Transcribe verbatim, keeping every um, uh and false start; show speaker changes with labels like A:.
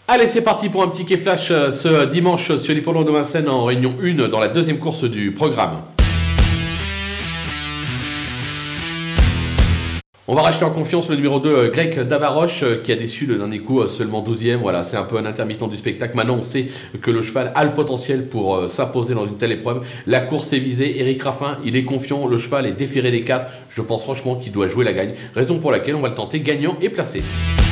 A: Allez, c'est parti pour un petit quai flash euh, ce dimanche sur l'hippodrome de Vincennes en réunion un dans la deuxième course du programme. On va racheter en confiance le numéro deux, Greg Davaroche, qui a déçu le dernier coup, seulement douzième. Voilà, c'est un peu un intermittent du spectacle. Maintenant, on sait que le cheval a le potentiel pour euh, s'imposer dans une telle épreuve. La course est visée. Éric Raffin, il est confiant. Le cheval est déféré des quatre. Je pense franchement qu'il doit jouer la gagne. Raison pour laquelle on va le tenter gagnant et placé.